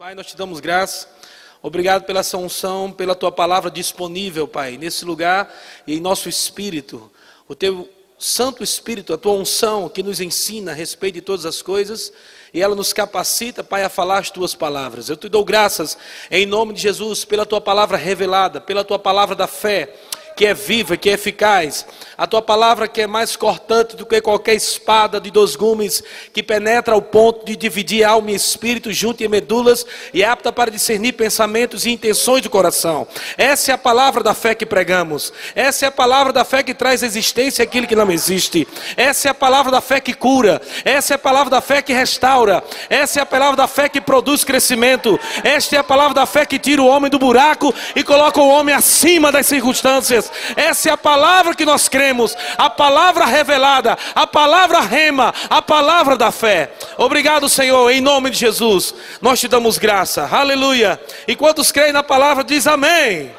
Pai, nós te damos graça. Obrigado pela essa unção, pela tua palavra disponível, Pai, nesse lugar e em nosso espírito. O teu Santo Espírito, a tua unção que nos ensina a respeito de todas as coisas e ela nos capacita, Pai, a falar as tuas palavras. Eu te dou graças em nome de Jesus pela tua palavra revelada, pela tua palavra da fé, que é viva, que é eficaz, a tua palavra que é mais cortante do que qualquer espada de 2 gumes, que penetra ao ponto de dividir alma e espírito, junto e medulas, e é apta para discernir pensamentos e intenções do coração. Essa é a palavra da fé que pregamos, essa é a palavra da fé que traz existência àquilo que não existe, essa é a palavra da fé que cura, essa é a palavra da fé que restaura, essa é a palavra da fé que produz crescimento, esta é a palavra da fé que tira o homem do buraco e coloca o homem acima das circunstâncias. Essa é a palavra que nós cremos, a palavra revelada, a palavra rema, a palavra da fé. Obrigado, Senhor, em nome de Jesus, nós te damos graça, aleluia. E quantos creem na palavra, diz amém, amém.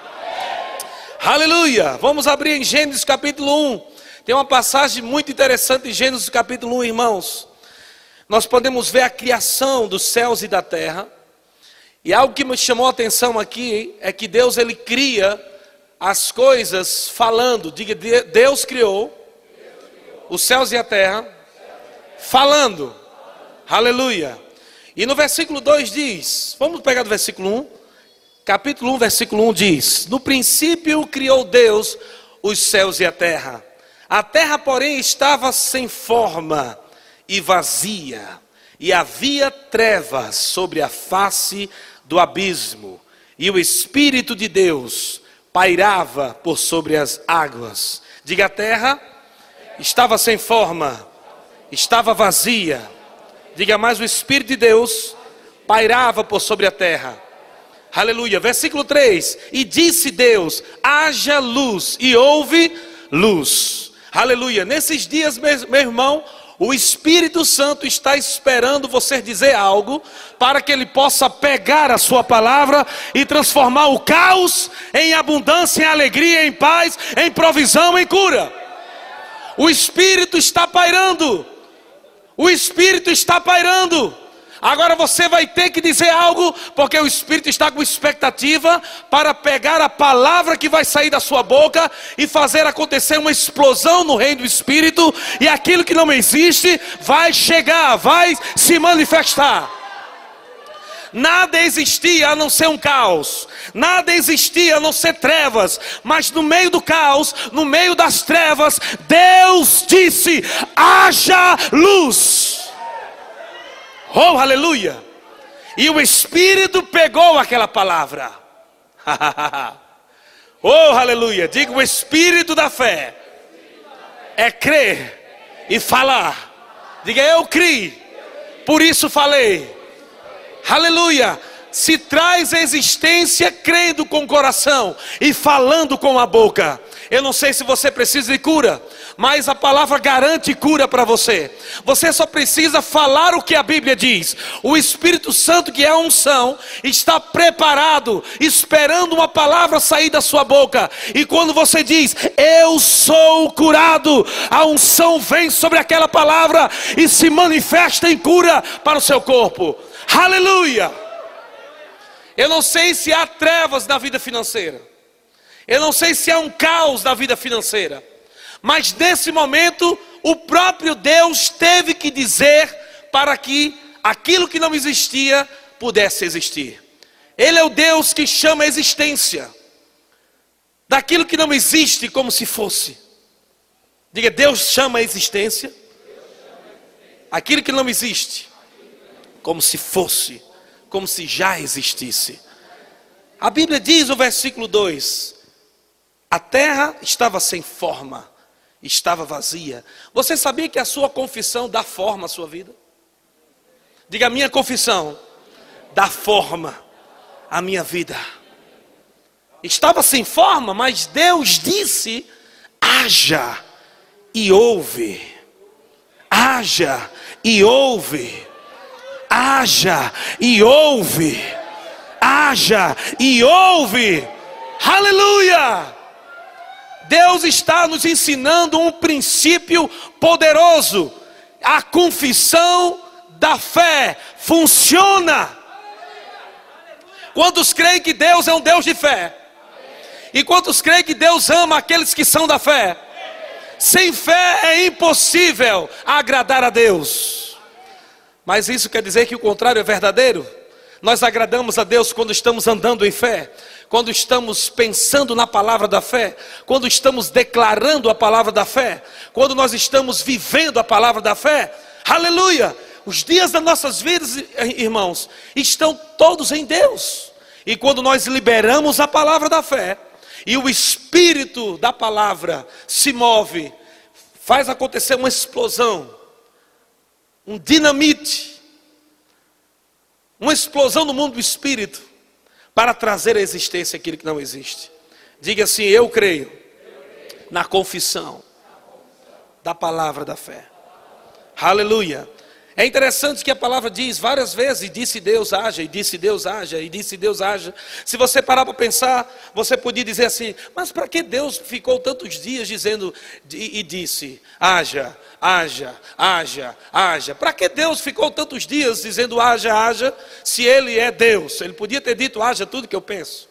Aleluia. Vamos abrir em Gênesis capítulo 1, tem uma passagem muito interessante em Gênesis capítulo 1, irmãos. Nós podemos ver a criação dos céus e da terra, e algo que me chamou a atenção aqui é que Deus, ele cria as coisas falando. Diga, Deus criou os céus e a terra falando. Aleluia. E no versículo 2 diz, vamos pegar do versículo 1, capítulo 1, versículo 1 diz: no princípio criou Deus os céus e a terra, porém estava sem forma e vazia, e havia trevas sobre a face do abismo, e o Espírito de Deus pairava por sobre as águas. Diga, a terra estava sem forma, estava vazia. Diga mais, o Espírito de Deus pairava por sobre a terra. Aleluia. Versículo 3: e disse Deus, haja luz, e houve luz. Aleluia. Nesses dias, meu irmão, o Espírito Santo está esperando você dizer algo, para que ele possa pegar a sua palavra e transformar o caos em abundância, em alegria, em paz, em provisão, em cura. O Espírito está pairando. O Espírito está pairando. Agora você vai ter que dizer algo, porque o Espírito está com expectativa para pegar a palavra que vai sair da sua boca e fazer acontecer uma explosão no reino do Espírito, e aquilo que não existe vai chegar, vai se manifestar. Nada existia a não ser um caos, nada existia a não ser trevas, mas no meio do caos, no meio das trevas, Deus disse: haja luz. Oh, aleluia. E o Espírito pegou aquela palavra. Oh, aleluia. Diga, o Espírito da fé é crer e falar. Diga, eu criei, por isso falei. Aleluia. Se traz a existência crendo com o coração e falando com a boca. Eu não sei se você precisa de cura, mas a palavra garante cura para você. Você só precisa falar o que a Bíblia diz. O Espírito Santo, que é a unção, está preparado, esperando uma palavra sair da sua boca. E quando você diz, eu sou curado, a unção vem sobre aquela palavra e se manifesta em cura para o seu corpo. Aleluia. Eu não sei se há trevas na vida financeira, eu não sei se há um caos na vida financeira, mas nesse momento o próprio Deus teve que dizer para que aquilo que não existia pudesse existir. Ele é o Deus que chama a existência daquilo que não existe como se fosse. Diga, Deus chama a existência aquilo que não existe como se fosse, como se já existisse. A Bíblia diz no versículo 2: a terra estava sem forma, estava vazia. Você sabia que a sua confissão dá forma à sua vida? Diga, a minha confissão dá forma à minha vida. Estava sem forma, mas Deus disse: haja e houve. Haja e houve. Haja e houve. Haja e houve. Aleluia. Deus está nos ensinando um princípio poderoso. A confissão da fé funciona. Quantos creem que Deus é um Deus de fé? E quantos creem que Deus ama aqueles que são da fé? Sem fé é impossível agradar a Deus. Mas isso quer dizer que o contrário é verdadeiro? Nós agradamos a Deus quando estamos andando em fé, quando estamos pensando na palavra da fé, quando estamos declarando a palavra da fé, quando nós estamos vivendo a palavra da fé. Aleluia! Os dias das nossas vidas, irmãos, estão todos em Deus. E quando nós liberamos a palavra da fé, e o Espírito da palavra se move, faz acontecer uma explosão, um dinamite, uma explosão no mundo do Espírito, para trazer à existência aquilo que não existe. Diga assim: eu creio na confissão da palavra da fé. Aleluia. É interessante que a palavra diz várias vezes: e disse Deus haja, e disse Deus haja, e disse Deus haja. Se você parar para pensar, você podia dizer assim: mas para que Deus ficou tantos dias dizendo e disse haja, haja, haja, haja? Para que Deus ficou tantos dias dizendo haja, haja, se Ele é Deus? Ele podia ter dito haja tudo que eu penso,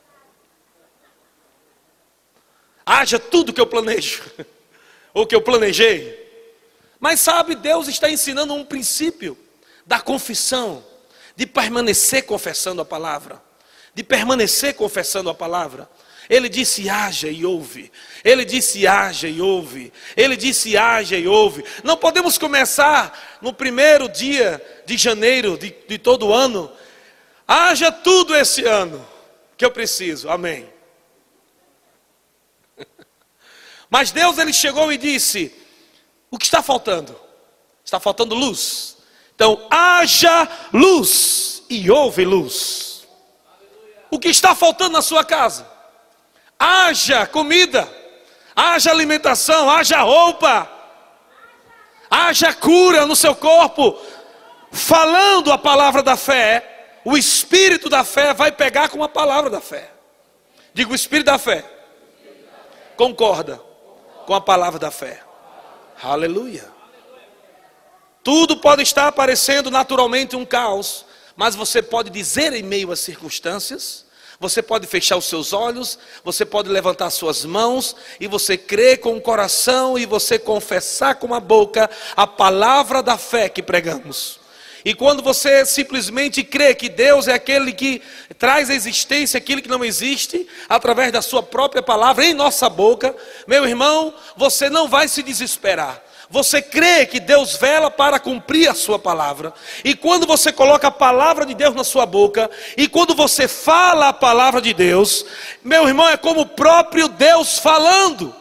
haja tudo que eu planejo, ou que eu planejei. Mas sabe, Deus está ensinando um princípio da confissão, de permanecer confessando a palavra, de permanecer confessando a palavra. Ele disse haja e ouve, ele disse haja e ouve, ele disse haja e ouve. Não podemos começar no primeiro dia de janeiro de todo ano: haja tudo esse ano que eu preciso, amém. Mas Deus, ele chegou e disse: o que está faltando? Está faltando luz. Então, haja luz e houve luz. O que está faltando na sua casa? Haja comida, haja alimentação, haja roupa, haja cura no seu corpo. Falando a palavra da fé, o Espírito da fé vai pegar com a palavra da fé. Digo, o Espírito da fé concorda com a palavra da fé. Aleluia. Tudo pode estar aparecendo naturalmente um caos, mas você pode dizer em meio às circunstâncias, você pode fechar os seus olhos, você pode levantar suas mãos, e você crer com o coração, e você confessar com a boca a palavra da fé que pregamos. E quando você simplesmente crê que Deus é aquele que traz à existência aquilo que não existe, através da sua própria palavra em nossa boca, meu irmão, você não vai se desesperar. Você crê que Deus vela para cumprir a sua palavra. E quando você coloca a palavra de Deus na sua boca, e quando você fala a palavra de Deus, meu irmão, é como o próprio Deus falando.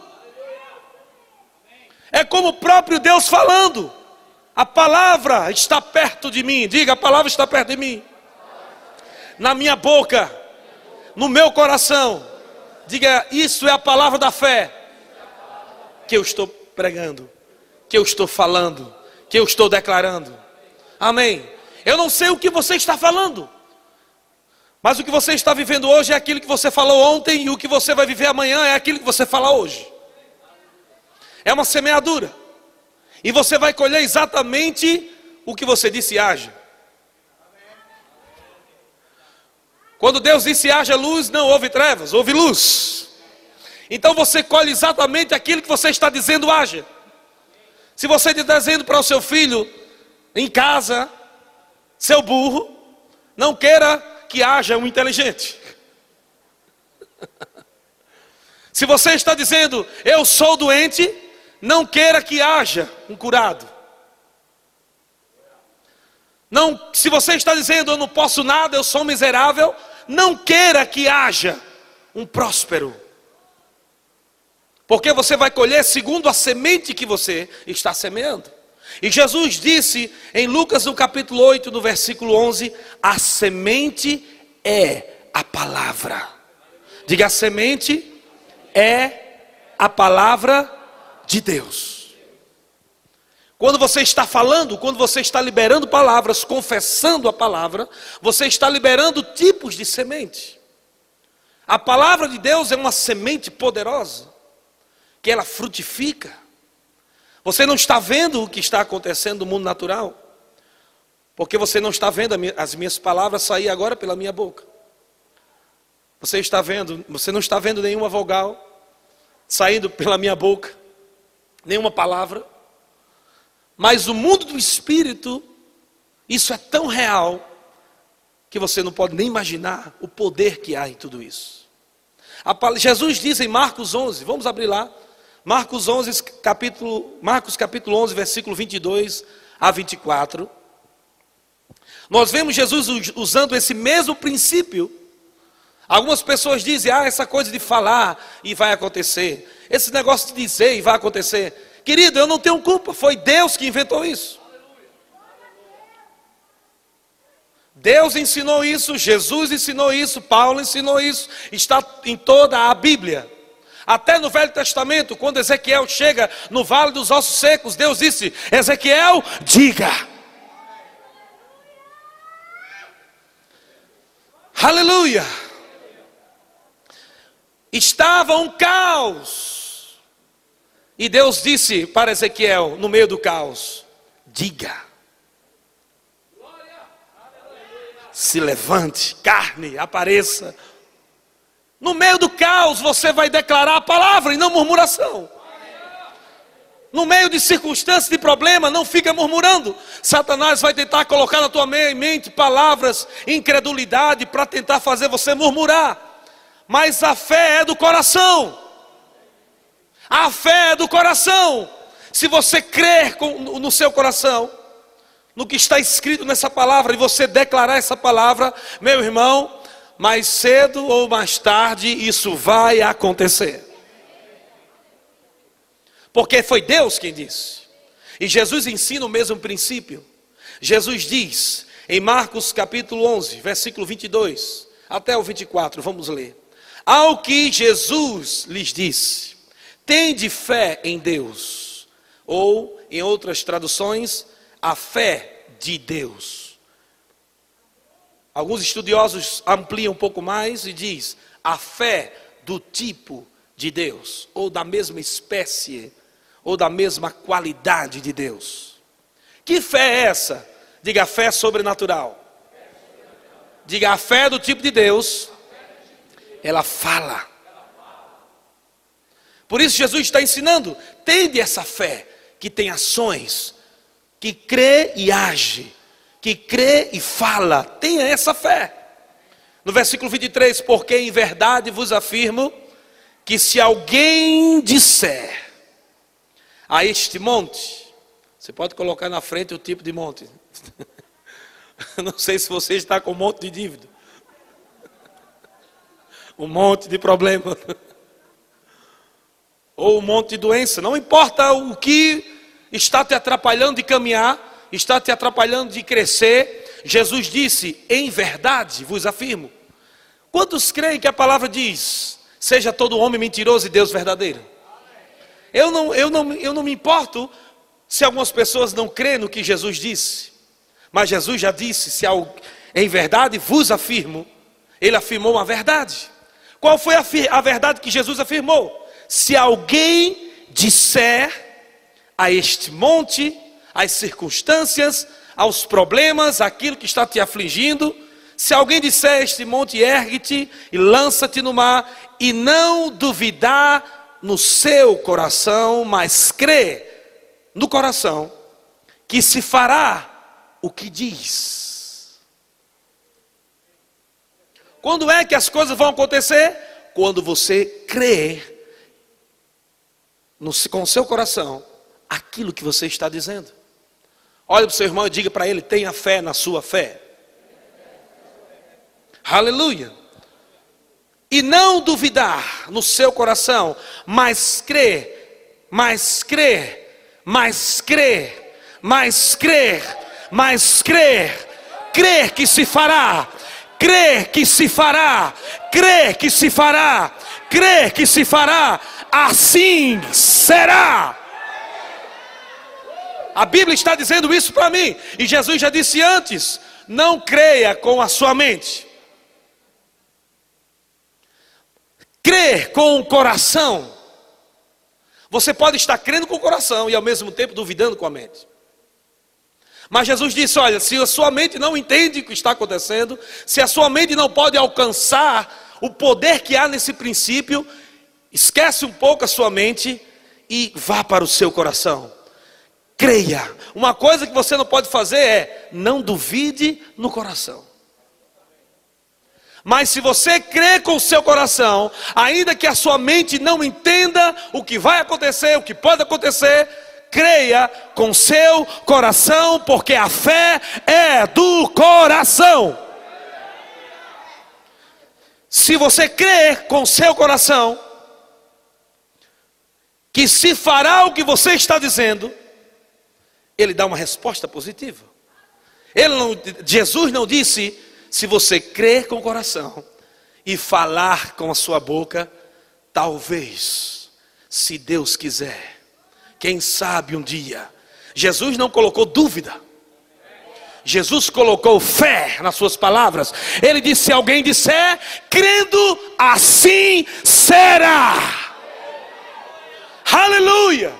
É como o próprio Deus falando. A palavra está perto de mim. Diga, a palavra está perto de mim. Na minha boca, no meu coração. Diga, isso é a palavra da fé que eu estou pregando, que eu estou falando, que eu estou declarando. Amém. Eu não sei o que você está falando, mas o que você está vivendo hoje é aquilo que você falou ontem, e o que você vai viver amanhã é aquilo que você fala hoje. É uma semeadura. E você vai colher exatamente o que você disse haja. Quando Deus disse haja luz, não houve trevas, houve luz. Então você colhe exatamente aquilo que você está dizendo haja. Se você está dizendo para o seu filho em casa, seu burro, não queira que haja um inteligente. Se você está dizendo eu sou doente, não queira que haja um curado. Não, se você está dizendo eu não posso nada, eu sou miserável, não queira que haja um próspero. Porque você vai colher segundo a semente que você está semeando. E Jesus disse em Lucas no capítulo 8, no versículo 11, a semente é a palavra. Diga, a semente é a palavra de Deus. Quando você está falando, quando você está liberando palavras, confessando a palavra, você está liberando tipos de semente. A palavra de Deus é uma semente poderosa, que ela frutifica. Você não está vendo o que está acontecendo no mundo natural, porque você não está vendo as minhas palavras sair agora pela minha boca. Você não está vendo nenhuma vogal saindo pela minha boca, nenhuma palavra. Mas o mundo do Espírito, isso é tão real, que você não pode nem imaginar o poder que há em tudo isso. Jesus diz em Marcos 11, vamos abrir lá, Marcos capítulo 11, versículo 22 a 24. Nós vemos Jesus usando esse mesmo princípio. Algumas pessoas dizem, essa coisa de falar e vai acontecer, esse negócio de dizer e vai acontecer. Querido, eu não tenho culpa, foi Deus que inventou isso. Deus ensinou isso, Jesus ensinou isso, Paulo ensinou isso, está em toda a Bíblia. Até no Velho Testamento, quando Ezequiel chega no Vale dos Ossos Secos, Deus disse, Ezequiel, diga. Aleluia. Estava um caos. E Deus disse para Ezequiel, no meio do caos, diga. Se levante, carne, apareça. No meio do caos você vai declarar a palavra e não murmuração. No meio de circunstâncias de problema, não fica murmurando. Satanás vai tentar colocar na tua mente palavras, incredulidade, para tentar fazer você murmurar. Mas a fé é do coração. A fé é do coração. Se você crer no seu coração, no que está escrito nessa palavra, e você declarar essa palavra, meu irmão, mais cedo ou mais tarde isso vai acontecer. Porque foi Deus quem disse. E Jesus ensina o mesmo princípio. Jesus diz em Marcos capítulo 11, versículo 22 até o 24, vamos ler. Ao que Jesus lhes disse, tende fé em Deus. Ou, em outras traduções, a fé de Deus. Alguns estudiosos ampliam um pouco mais e diz a fé do tipo de Deus, ou da mesma espécie, ou da mesma qualidade de Deus. Que fé é essa? Diga, a fé sobrenatural. Diga, a fé do tipo de Deus, ela fala. Por isso Jesus está ensinando, tende essa fé, que tem ações, que crê e age, que crê e fala, tenha essa fé. No versículo 23, porque em verdade vos afirmo, que se alguém disser a este monte, você pode colocar na frente o tipo de monte, não sei se você está com um monte de dívida, um monte de problema, ou um monte de doença, não importa o que está te atrapalhando de caminhar, está te atrapalhando de crescer. Jesus disse, em verdade vos afirmo. Quantos creem que a palavra diz, seja todo homem mentiroso e Deus verdadeiro? Eu não me importo se algumas pessoas não creem no que Jesus disse, mas Jesus já disse, em verdade vos afirmo. Ele afirmou uma verdade. Qual foi a verdade que Jesus afirmou? Se alguém disser a este monte, às circunstâncias, aos problemas, aquilo que está te afligindo, se alguém disser a este monte, ergue-te e lança-te no mar, e não duvidar no seu coração, mas crê no coração, que se fará o que diz. Quando é que as coisas vão acontecer? Quando você crer com o seu coração aquilo que você está dizendo. Olha para o seu irmão e diga para ele, tenha fé na sua fé. Aleluia. E não duvidar no seu coração, mas crer, mas crer, mas crer, mas crer, mas crer, crer que se fará, crer que se fará, crer que se fará, crer que se fará, assim será. A Bíblia está dizendo isso para mim. E Jesus já disse antes, não creia com a sua mente. Crer com o coração. Você pode estar crendo com o coração e ao mesmo tempo duvidando com a mente. Mas Jesus disse, olha, se a sua mente não entende o que está acontecendo, se a sua mente não pode alcançar o poder que há nesse princípio, esquece um pouco a sua mente e vá para o seu coração. Creia. Uma coisa que você não pode fazer é, não duvide no coração. Mas se você crê com o seu coração, ainda que a sua mente não entenda o que vai acontecer, o que pode acontecer, creia com seu coração, porque a fé é do coração. Se você crer com seu coração, que se fará o que você está dizendo, ele dá uma resposta positiva. Jesus não disse, se você crer com o coração e falar com a sua boca, talvez, se Deus quiser, quem sabe um dia. Jesus não colocou dúvida. Jesus colocou fé nas suas palavras. Ele disse, se alguém disser, crendo, assim será. Aleluia.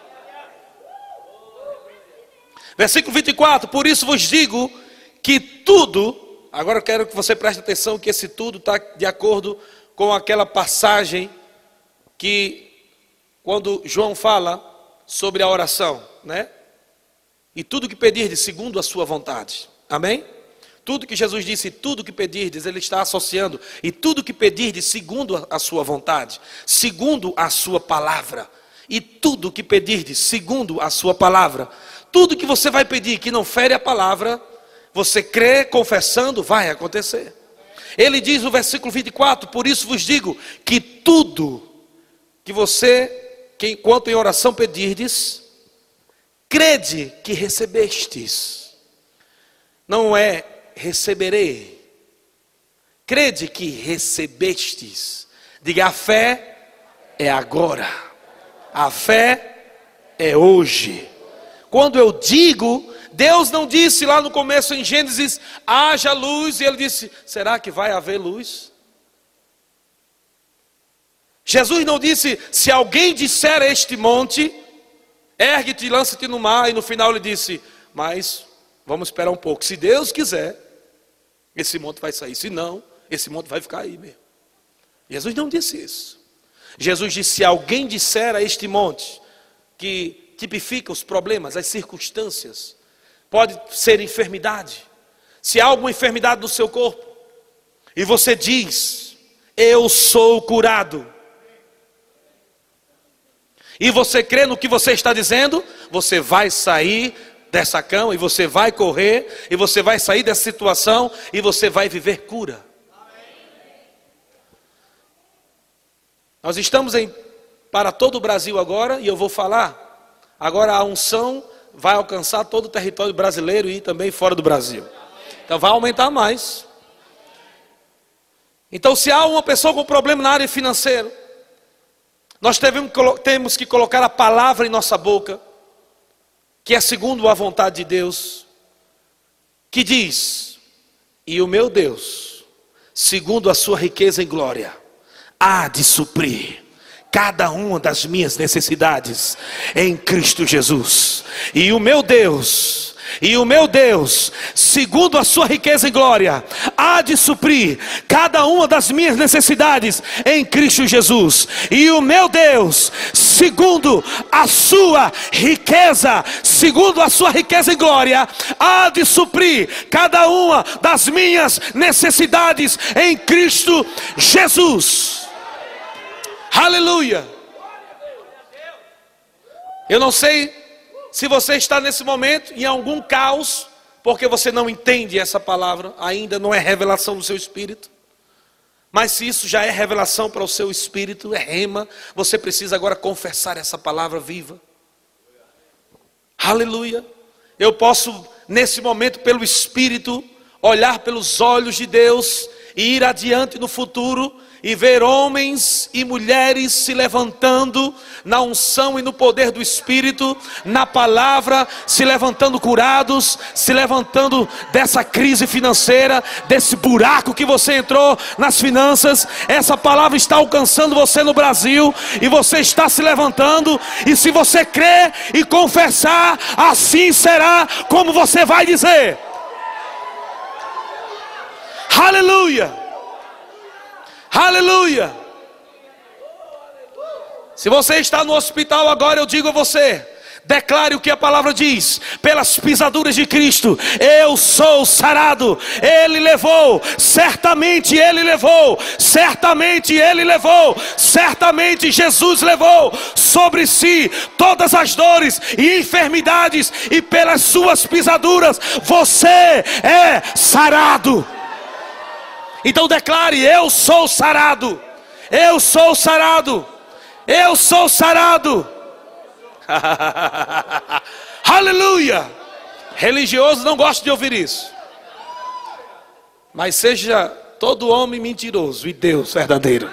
Versículo 24, por isso vos digo que tudo, agora eu quero que você preste atenção que esse tudo está de acordo com aquela passagem que, quando João fala sobre a oração, né? E tudo que pedirdes segundo a sua vontade, amém? Tudo que Jesus disse, tudo que pedirdes, ele está associando, e tudo que pedirdes segundo a sua vontade, segundo a sua palavra, e tudo que pedirdes segundo a sua palavra, tudo que você vai pedir que não fere a palavra, você crê, confessando, vai acontecer. Ele diz no versículo 24, por isso vos digo, que tudo que enquanto em oração pedirdes, crede que recebestes, não é receberei, crede que recebestes, diga, a fé é agora, a fé é hoje. Quando eu digo, Deus não disse lá no começo em Gênesis, haja luz, e ele disse, será que vai haver luz? Jesus não disse, se alguém disser a este monte, ergue-te e lança-te no mar, e no final ele disse, mas vamos esperar um pouco, se Deus quiser, esse monte vai sair, se não, esse monte vai ficar aí mesmo. Jesus não disse isso. Jesus disse, se alguém disser a este monte, que tipifica os problemas, as circunstâncias, pode ser enfermidade, se há alguma enfermidade no seu corpo, e você diz, eu sou curado, e você crê no que você está dizendo, você vai sair dessa cama, e você vai correr, e você vai sair dessa situação, e você vai viver cura. Nós estamos para todo o Brasil agora, e eu vou falar, agora a unção vai alcançar todo o território brasileiro e também fora do Brasil. Então vai aumentar mais. Então se há uma pessoa com problema na área financeira, nós temos que colocar a palavra em nossa boca, que é segundo a vontade de Deus, que diz, e o meu Deus, segundo a sua riqueza em glória, há de suprir cada uma das minhas necessidades em Cristo Jesus. E o meu Deus, segundo a sua riqueza em glória, há de suprir cada uma das minhas necessidades em Cristo Jesus. E o meu Deus, segundo a sua riqueza em glória, há de suprir cada uma das minhas necessidades em Cristo Jesus. Aleluia. Eu não sei se você está nesse momento em algum caos, porque você não entende essa palavra, ainda não é revelação do seu espírito. Mas se isso já é revelação para o seu espírito, é rema, você precisa agora confessar essa palavra viva. Aleluia. Eu posso nesse momento pelo espírito olhar pelos olhos de Deus e ir adiante no futuro e ver homens e mulheres se levantando na unção e no poder do Espírito, na palavra, se levantando curados, se levantando dessa crise financeira, desse buraco que você entrou nas finanças. Essa palavra está alcançando você no Brasil, e você está se levantando, e se você crer e confessar, assim será como você vai dizer. Aleluia. Aleluia! Se você está no hospital agora, eu digo a você: declare o que a palavra diz: pelas pisaduras de Cristo eu sou sarado. Ele levou, certamente Ele levou, certamente Ele levou, certamente Jesus levou sobre si todas as dores e enfermidades, e pelas suas pisaduras você é sarado. Então declare: eu sou sarado, eu sou sarado, eu sou sarado. Aleluia! Religioso não gosta de ouvir isso, mas seja todo homem mentiroso e Deus verdadeiro.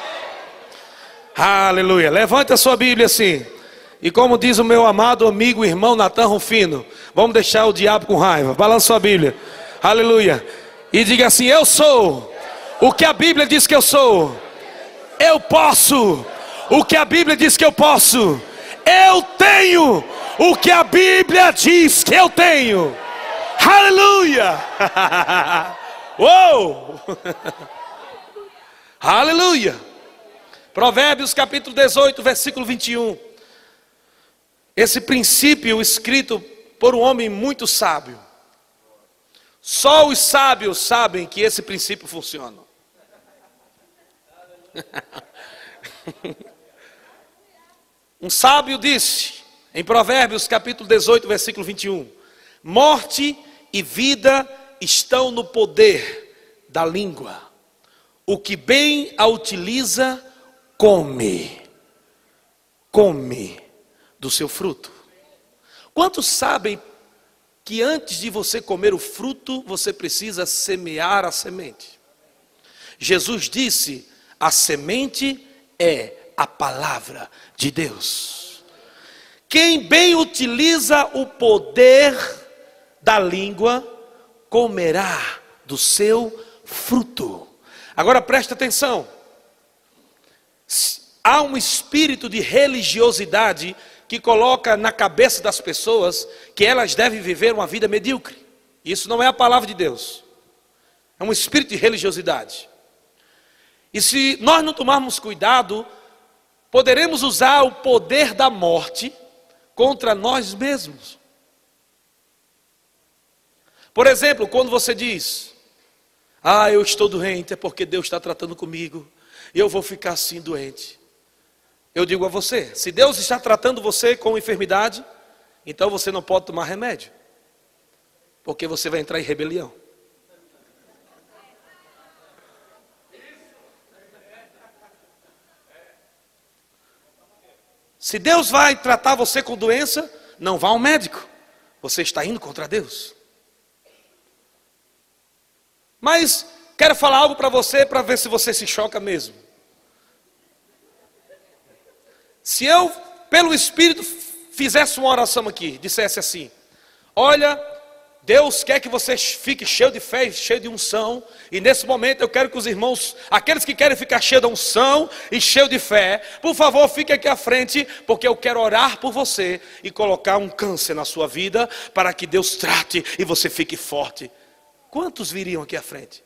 Aleluia! Levante a sua Bíblia assim, e como diz o meu amado amigo irmão Natan Rufino, vamos deixar o diabo com raiva. Balança sua Bíblia, aleluia, e diga assim: eu sou o que a Bíblia diz que eu sou. Eu posso o que a Bíblia diz que eu posso. Eu tenho o que a Bíblia diz que eu tenho. Aleluia! Uou! Aleluia! Provérbios capítulo 18, versículo 21. Esse princípio escrito por um homem muito sábio. Só os sábios sabem que esse princípio funciona. Um sábio disse, em Provérbios capítulo 18, versículo 21, morte e vida estão no poder da língua. O que bem a utiliza, come do seu fruto. Quantos sabem que antes de você comer o fruto, você precisa semear a semente? Jesus disse: a semente é a palavra de Deus. Quem bem utiliza o poder da língua, comerá do seu fruto. Agora preste atenção. Há um espírito de religiosidade que coloca na cabeça das pessoas que elas devem viver uma vida medíocre. Isso não é a palavra de Deus. É um espírito de religiosidade. E se nós não tomarmos cuidado, poderemos usar o poder da morte contra nós mesmos. Por exemplo, quando você diz: eu estou doente, é porque Deus está tratando comigo, e eu vou ficar assim doente. Eu digo a você: se Deus está tratando você com enfermidade, então você não pode tomar remédio, porque você vai entrar em rebelião. Se Deus vai tratar você com doença, não vá ao médico. Você está indo contra Deus. Mas quero falar algo para você, para ver se você se choca mesmo. Se eu, pelo Espírito, fizesse uma oração aqui, dissesse assim: olha, Deus quer que você fique cheio de fé, cheio de unção. E nesse momento eu quero que os irmãos, aqueles que querem ficar cheios de unção e cheio de fé, por favor, fique aqui à frente, porque eu quero orar por você e colocar um câncer na sua vida, para que Deus trate e você fique forte. Quantos viriam aqui à frente?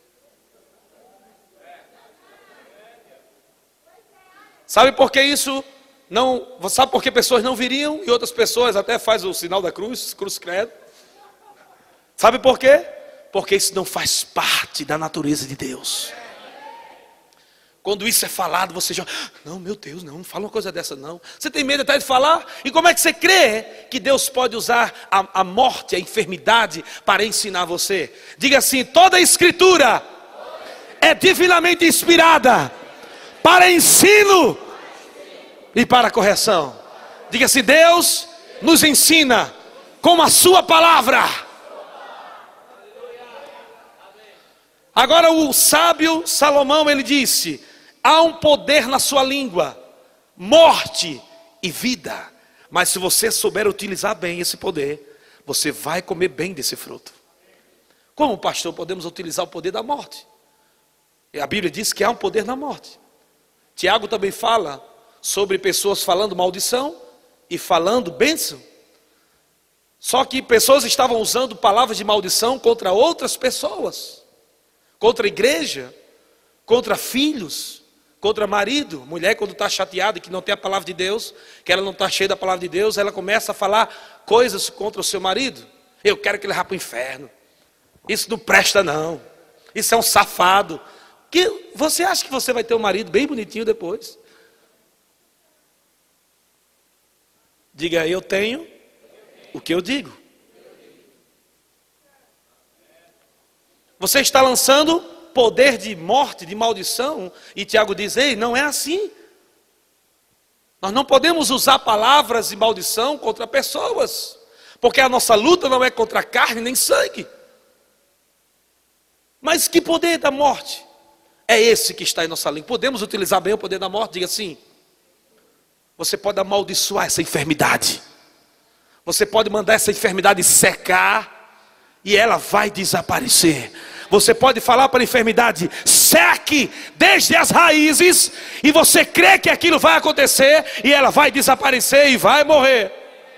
Sabe por que isso não? Sabe por que pessoas não viriam e outras pessoas até fazem o sinal da cruz credo? Sabe por quê? Porque isso não faz parte da natureza de Deus. Quando isso é falado, você já: não, meu Deus, não fala uma coisa dessa não. Você tem medo até de falar? E como é que você crê que Deus pode usar a morte, a enfermidade para ensinar você? Diga assim: toda a escritura é divinamente inspirada para ensino e para correção. Diga assim: Deus nos ensina com a sua palavra. Agora o sábio Salomão, ele disse: há um poder na sua língua, morte e vida. Mas se você souber utilizar bem esse poder, você vai comer bem desse fruto. Como, pastor, podemos utilizar o poder da morte? E a Bíblia diz que há um poder na morte. Tiago também fala sobre pessoas falando maldição e falando bênção. Só que pessoas estavam usando palavras de maldição contra outras pessoas, contra a igreja, contra filhos, contra marido. Mulher, quando está chateada e que não tem a palavra de Deus, que ela não está cheia da palavra de Deus, ela começa a falar coisas contra o seu marido. Eu quero que ele vá para o inferno. Isso não presta não. Isso é um safado. Que você acha que você vai ter um marido bem bonitinho depois? Diga, eu tenho o que eu digo. Você está lançando poder de morte, de maldição, e Tiago diz, ei, não é assim. Nós não podemos usar palavras de maldição contra pessoas, porque a nossa luta não é contra carne nem sangue. Mas que poder da morte é esse que está em nossa língua? Podemos utilizar bem o poder da morte? Diga assim, você pode amaldiçoar essa enfermidade, você pode mandar essa enfermidade secar, e ela vai desaparecer. Você pode falar para a enfermidade, seque desde as raízes, e você crê que aquilo vai acontecer, e ela vai desaparecer e vai morrer.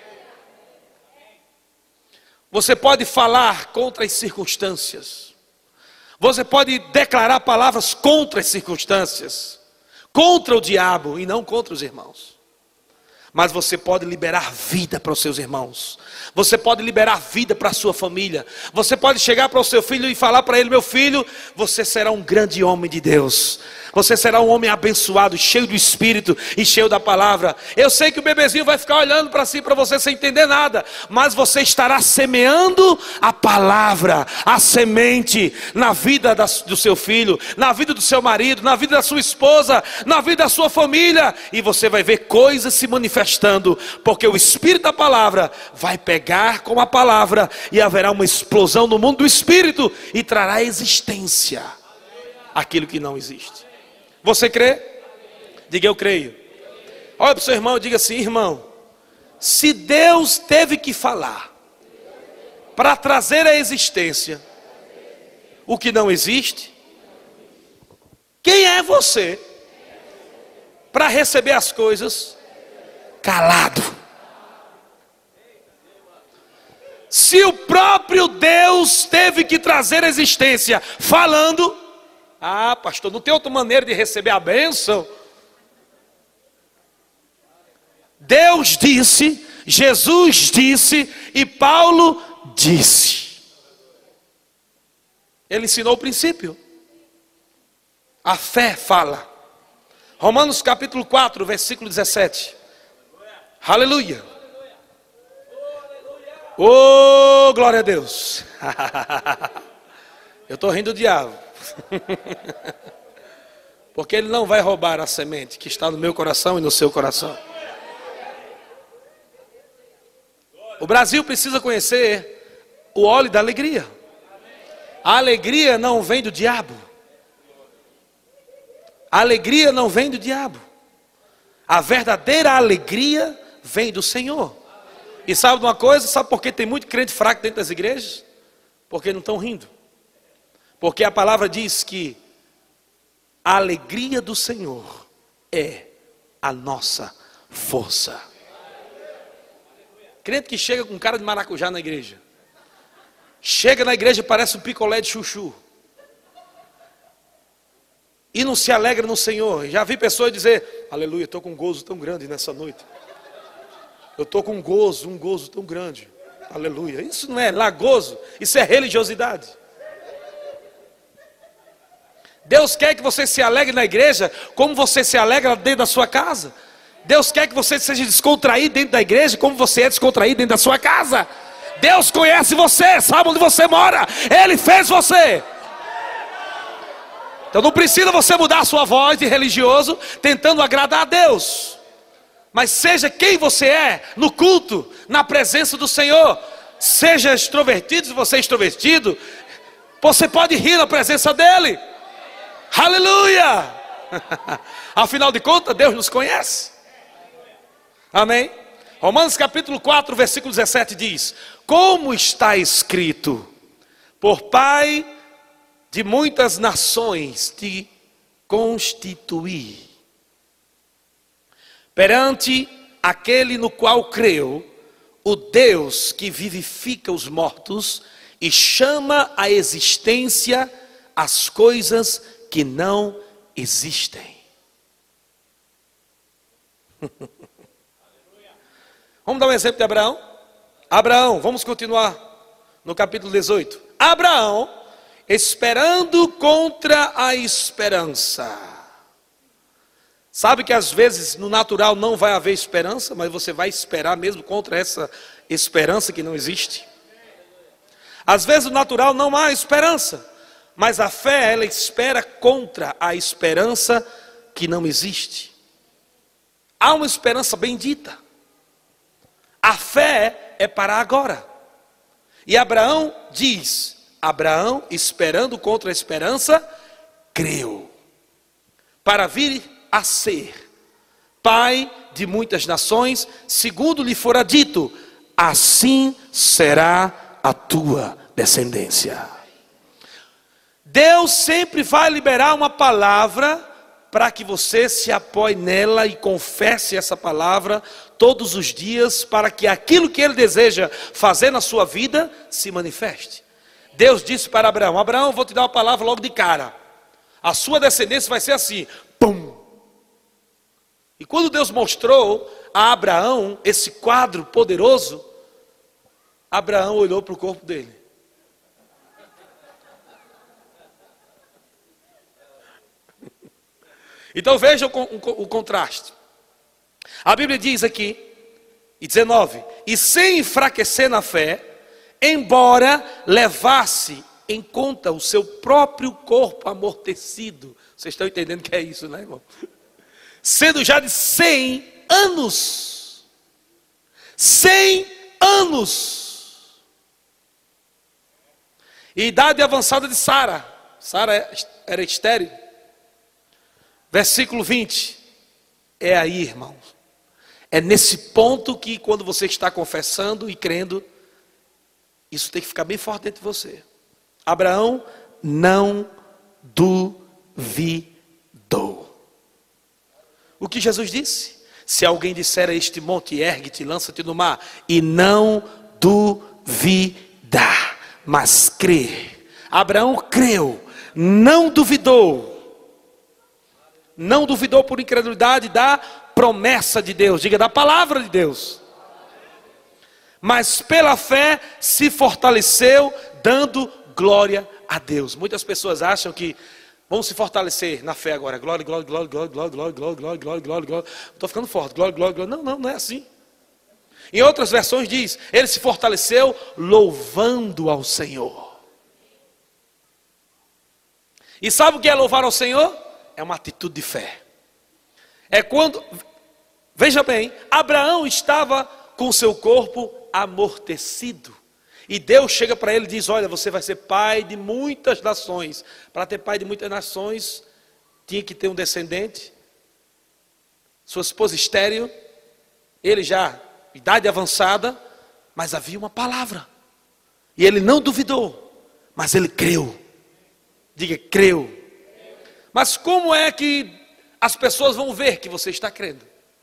Você pode falar contra as circunstâncias, você pode declarar palavras contra as circunstâncias, contra o diabo e não contra os irmãos. Mas você pode liberar vida para os seus irmãos. Você pode liberar vida para a sua família. Você pode chegar para o seu filho e falar para ele, meu filho, você será um grande homem de Deus. Você será um homem abençoado, cheio do Espírito e cheio da palavra. Eu sei que o bebezinho vai ficar olhando para si, para você, sem entender nada. Mas você estará semeando a palavra, a semente, na vida do seu filho, na vida do seu marido, na vida da sua esposa, na vida da sua família. E você vai ver coisas se manifestando, porque o Espírito da palavra vai pegar com a palavra, e haverá uma explosão no mundo do Espírito, e trará existência aquilo que não existe. Você crê? Diga, eu creio. Olha para o seu irmão e diga assim, irmão, se Deus teve que falar para trazer à existência o que não existe, quem é você para receber as coisas calado? Se o próprio Deus teve que trazer à existência falando, ah, pastor, não tem outra maneira de receber a bênção? Deus disse, Jesus disse e Paulo disse. Ele ensinou o princípio. A fé fala. Romanos capítulo 4, versículo 17. Aleluia. Oh, glória a Deus. Eu estou rindo do diabo. Porque ele não vai roubar a semente que está no meu coração e no seu coração. O Brasil precisa conhecer o óleo da alegria. A alegria não vem do diabo. A alegria não vem do diabo. A verdadeira alegria vem do Senhor. E sabe de uma coisa? Sabe por que tem muito crente fraco dentro das igrejas? Porque não estão rindo. Porque a palavra diz que a alegria do Senhor é a nossa força. Crente que chega com cara de maracujá na igreja. Chega na igreja e parece um picolé de chuchu. E não se alegra no Senhor. Já vi pessoas dizer, aleluia, estou com um gozo tão grande nessa noite. Eu estou com um gozo tão grande. Aleluia. Isso não é lá gozo, isso é religiosidade. Deus quer que você se alegre na igreja como você se alegra dentro da sua casa. Deus quer que você seja descontraído dentro da igreja como você é descontraído dentro da sua casa. Deus conhece você, sabe onde você mora. Ele fez você. Então não precisa você mudar a sua voz de religioso tentando agradar a Deus. Mas seja quem você é no culto, na presença do Senhor. Seja extrovertido, se você é extrovertido, você pode rir na presença dEle. Aleluia! Afinal de contas, Deus nos conhece. Amém? Romanos capítulo 4, versículo 17 diz: como está escrito, por Pai de muitas nações te constituí, perante aquele no qual creu, o Deus que vivifica os mortos e chama à existência as coisas que não existem. Vamos dar um exemplo de Abraão? Abraão, vamos continuar no capítulo 18. Abraão, esperando contra a esperança. Sabe que às vezes no natural não vai haver esperança, mas você vai esperar mesmo contra essa esperança que não existe. Às vezes no natural não há esperança, mas a fé ela espera contra a esperança que não existe. Há uma esperança bendita. A fé é para agora. E Abraão diz, Abraão, esperando contra a esperança, creu, para vir a ser pai de muitas nações, segundo lhe fora dito, assim será a tua descendência. Deus sempre vai liberar uma palavra para que você se apoie nela e confesse essa palavra todos os dias, para que aquilo que Ele deseja fazer na sua vida se manifeste. Deus disse para Abraão, Abraão, eu vou te dar uma palavra logo de cara. A sua descendência vai ser assim, pum. E quando Deus mostrou a Abraão esse quadro poderoso, Abraão olhou para o corpo dele. Então veja o contraste. A Bíblia diz aqui, e 19, e sem enfraquecer na fé, embora levasse em conta o seu próprio corpo amortecido. Vocês estão entendendo o que é isso, né, irmão? Sendo já de 100 anos. 100 anos. E idade avançada de Sara. Sara era estéril. Versículo 20. É aí, irmão. É nesse ponto que quando você está confessando e crendo, isso tem que ficar bem forte dentro de você. Abraão não duvidou. O que Jesus disse? Se alguém disser a este monte, ergue-te, lança-te no mar, e não duvidar, mas crer. Abraão creu, não duvidou. Não duvidou por incredulidade da promessa de Deus, diga, da palavra de Deus. Mas pela fé se fortaleceu, dando glória a Deus. Muitas pessoas acham que vamos se fortalecer na fé agora. Glória, glória, glória, glória, glória, glória, glória, glória, glória, glória, glória. Estou ficando forte. Glória, glória, glória. Não é assim. Em outras versões diz, ele se fortaleceu louvando ao Senhor. E sabe o que é louvar ao Senhor? É uma atitude de fé. É quando, veja bem, Abraão estava com seu corpo amortecido. E Deus chega para ele e diz, olha, você vai ser pai de muitas nações. Para ter pai de muitas nações, tinha que ter um descendente. Sua esposa estéril, ele já, idade avançada, mas havia uma palavra. E ele não duvidou, mas ele creu. Diga, creu. Mas como é que as pessoas vão ver que você está crendo?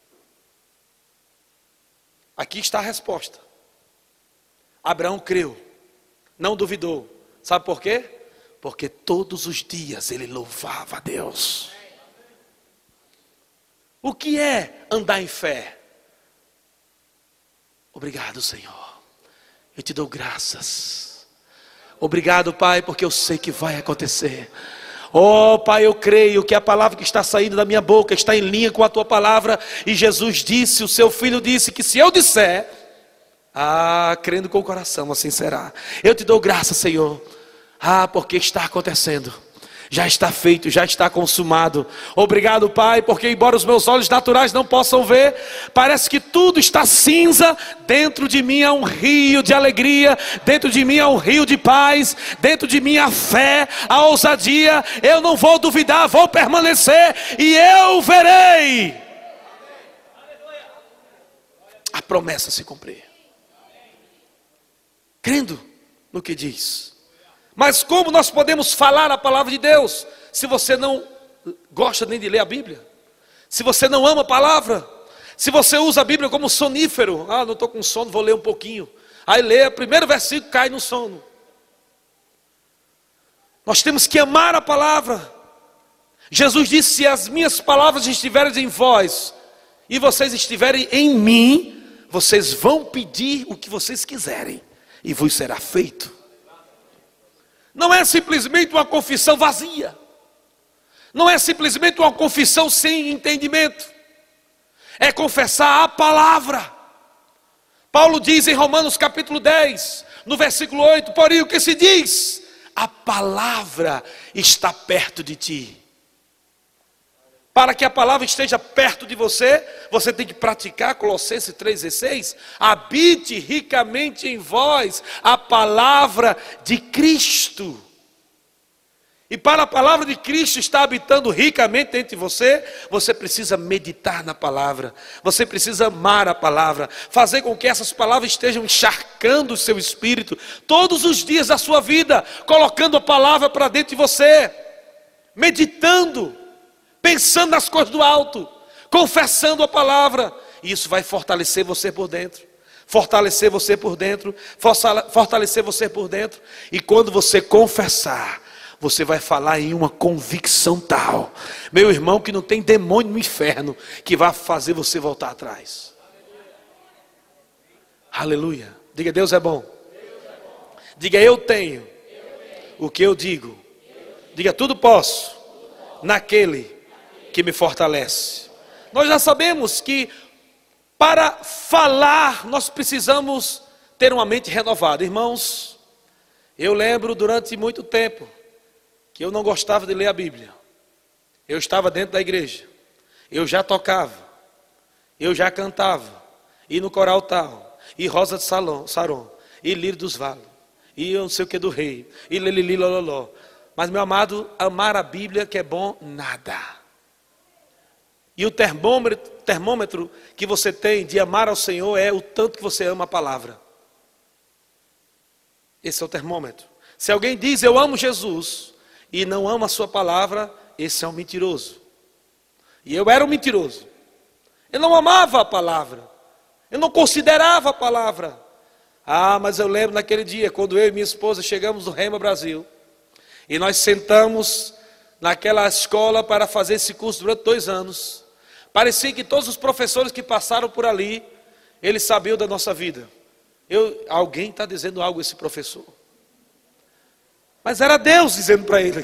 Aqui está a resposta. Abraão creu, não duvidou. Sabe por quê? Porque todos os dias ele louvava a Deus. O que é andar em fé? Obrigado, Senhor. Eu te dou graças. Obrigado, Pai, porque eu sei que vai acontecer. Oh Pai, eu creio que a palavra que está saindo da minha boca está em linha com a tua palavra. E Jesus disse, o seu filho disse que se eu disser, crendo com o coração, assim será. Eu te dou graça, Senhor. Porque está acontecendo. Já está feito, já está consumado. Obrigado, Pai, porque embora os meus olhos naturais não possam ver, parece que tudo está cinza. Dentro de mim há um rio de alegria, dentro de mim há um rio de paz, dentro de mim há fé, a ousadia. Eu não vou duvidar, vou permanecer e eu verei a promessa se cumprir. Crendo no que diz. Mas como nós podemos falar a palavra de Deus se você não gosta nem de ler a Bíblia? Se você não ama a palavra? Se você usa a Bíblia como sonífero? Não estou com sono, vou ler um pouquinho. Aí lê o primeiro versículo, cai no sono. Nós temos que amar a palavra, Jesus disse: se as minhas palavras estiverem em vós e vocês estiverem em mim, vocês vão pedir o que vocês quiserem e vos será feito. Não é simplesmente uma confissão vazia. Não é simplesmente uma confissão sem entendimento. É confessar a palavra. Paulo diz em Romanos capítulo 10, no versículo 8, porém o que se diz? A palavra está perto de ti. Para que a palavra esteja perto de você, você tem que praticar Colossenses 3,16. Habite ricamente em vós a palavra de Cristo. E para a palavra de Cristo estar habitando ricamente entre você, você precisa meditar na palavra. Você precisa amar a palavra. Fazer com que essas palavras estejam encharcando o seu espírito todos os dias da sua vida, colocando a palavra para dentro de você, meditando, pensando nas coisas do alto, confessando a palavra. E isso vai fortalecer você por dentro. Fortalecer você por dentro. Fortalecer você por dentro. E quando você confessar, você vai falar em uma convicção tal, meu irmão, que não tem demônio no inferno que vai fazer você voltar atrás. Aleluia. Diga: Deus é bom. Diga: eu tenho o que eu digo. Diga: tudo posso naquele que me fortalece. Nós já sabemos que para falar nós precisamos ter uma mente renovada. Irmãos, eu lembro durante muito tempo que eu não gostava de ler a Bíblia. Eu estava dentro da igreja, eu já tocava, eu já cantava, e no coral tal, e Rosa de Saron, e Lírio dos Vales, e eu não sei o que do rei, e lelili lololó. Mas, meu amado, amar a Bíblia que é bom, nada. E o termômetro que você tem de amar ao Senhor é o tanto que você ama a palavra. Esse é o termômetro. Se alguém diz: eu amo Jesus, e não ama a sua palavra, esse é um mentiroso. E eu era um mentiroso. Eu não amava a palavra. Eu não considerava a palavra. Ah, mas eu lembro naquele dia, quando eu e minha esposa chegamos no Rema Brasil, e nós sentamos naquela escola para fazer esse curso durante 2 anos. Parecia que todos os professores que passaram por ali, eles sabiam da nossa vida. Alguém está dizendo algo a esse professor. Mas era Deus dizendo para ele.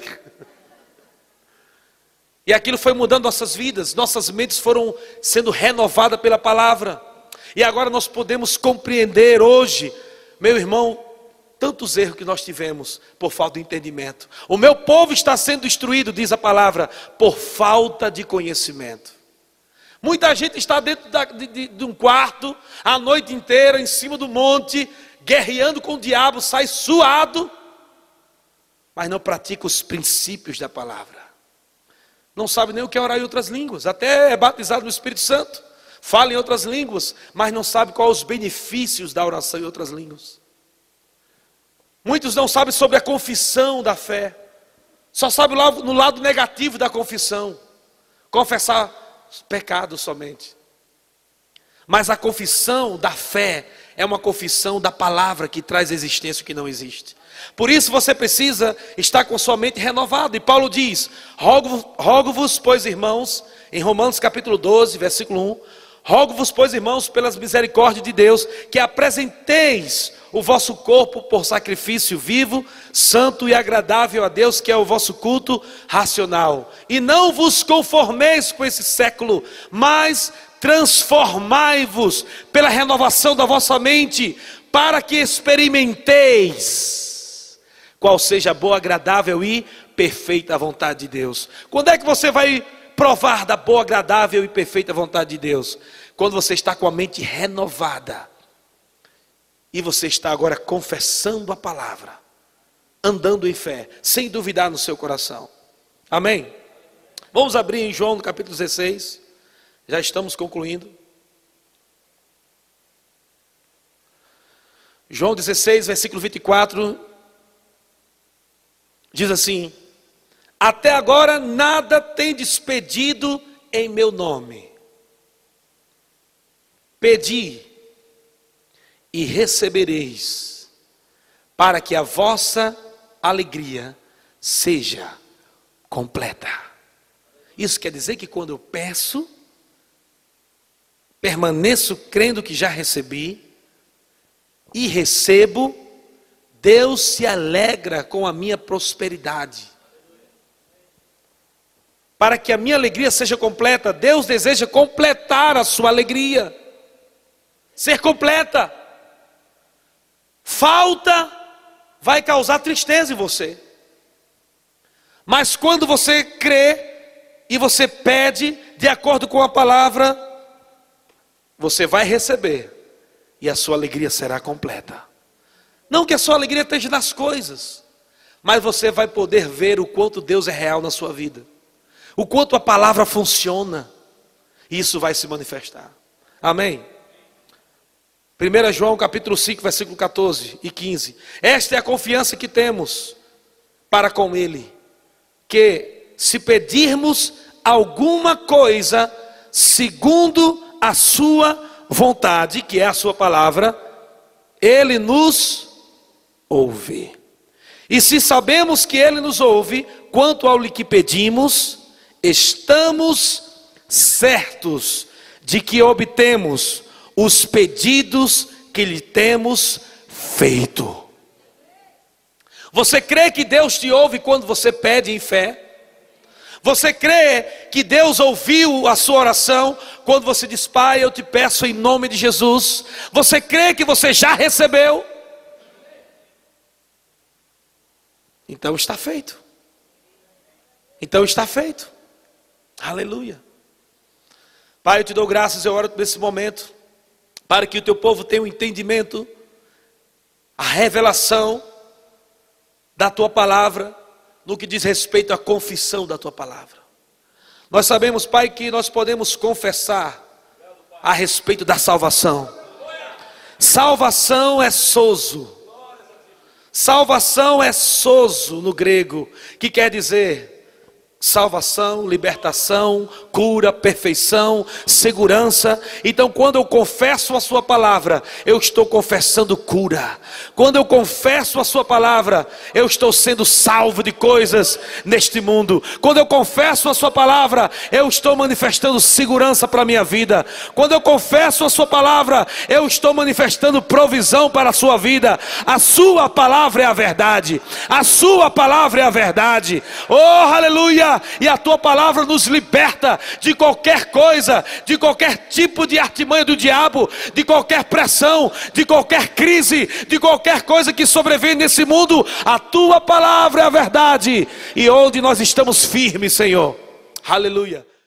E aquilo foi mudando nossas vidas. Nossas mentes foram sendo renovadas pela palavra. E agora nós podemos compreender hoje, meu irmão, tantos erros que nós tivemos por falta de entendimento. O meu povo está sendo destruído, diz a palavra, por falta de conhecimento. Muita gente está dentro de um quarto, a noite inteira, em cima do monte, guerreando com o diabo, sai suado, mas não pratica os princípios da palavra. Não sabe nem o que é orar em outras línguas, até é batizado no Espírito Santo, fala em outras línguas, mas não sabe quais os benefícios da oração em outras línguas. Muitos não sabem sobre a confissão da fé, só sabem no lado negativo da confissão, confessar pecados somente. Mas a confissão da fé é uma confissão da palavra que traz existência que não existe. Por isso você precisa estar com sua mente renovada. E Paulo diz: rogo-vos, pois, irmãos, em Romanos capítulo 12, versículo 1, rogo-vos, pois, irmãos, pelas misericórdias de Deus, que apresenteis o vosso corpo por sacrifício vivo, santo e agradável a Deus, que é o vosso culto racional. E não vos conformeis com esse século, mas transformai-vos pela renovação da vossa mente, para que experimenteis qual seja a boa, agradável e perfeita vontade de Deus. Quando é que você vai provar da boa, agradável e perfeita vontade de Deus? Quando você está com a mente renovada e você está agora confessando a palavra, andando em fé, sem duvidar no seu coração. Amém? Vamos abrir em João no capítulo 16. Já estamos concluindo. João 16, versículo 24, diz assim: até agora nada tendes pedido em meu nome. Pedi e recebereis, para que a vossa alegria seja completa. Isso quer dizer que quando eu peço, permaneço crendo que já recebi e recebo, Deus se alegra com a minha prosperidade. Para que a minha alegria seja completa, Deus deseja completar a sua alegria. Ser completa. Falta vai causar tristeza em você. Mas quando você crê e você pede de acordo com a palavra, você vai receber e a sua alegria será completa. Não que a sua alegria esteja nas coisas, mas você vai poder ver o quanto Deus é real na sua vida, o quanto a palavra funciona, e isso vai se manifestar. Amém? 1 João capítulo 5, versículo 14 e 15. Esta é a confiança que temos para com Ele, que se pedirmos alguma coisa segundo a sua vontade, que é a sua palavra, Ele nos ouve. E se sabemos que Ele nos ouve, quanto ao que pedimos, estamos certos de que obtemos os pedidos que lhe temos feito. Você crê que Deus te ouve quando você pede em fé? Você crê que Deus ouviu a sua oração quando você diz: Pai, eu te peço em nome de Jesus? Você crê que você já recebeu? Então está feito. Então está feito. Aleluia. Pai, eu te dou graças, eu oro nesse momento, para que o teu povo tenha o entendimento, a revelação da tua palavra, no que diz respeito à confissão da tua palavra. Nós sabemos, Pai, que nós podemos confessar a respeito da salvação. Salvação é sozo. Salvação é sozo no grego, que quer dizer salvação, libertação, cura, perfeição, segurança. Então quando eu confesso a sua palavra, eu estou confessando cura. Quando eu confesso a sua palavra, eu estou sendo salvo de coisas neste mundo. Quando eu confesso a sua palavra, eu estou manifestando segurança para a minha vida. Quando eu confesso a sua palavra, eu estou manifestando provisão para a sua vida. A sua palavra é a verdade. A sua palavra é a verdade. Oh, aleluia! E a tua palavra nos liberta de qualquer coisa, de qualquer tipo de artimanha do diabo, de qualquer pressão, de qualquer crise, de qualquer coisa que sobrevém nesse mundo. A tua palavra é a verdade, e onde nós estamos firmes, Senhor. Aleluia.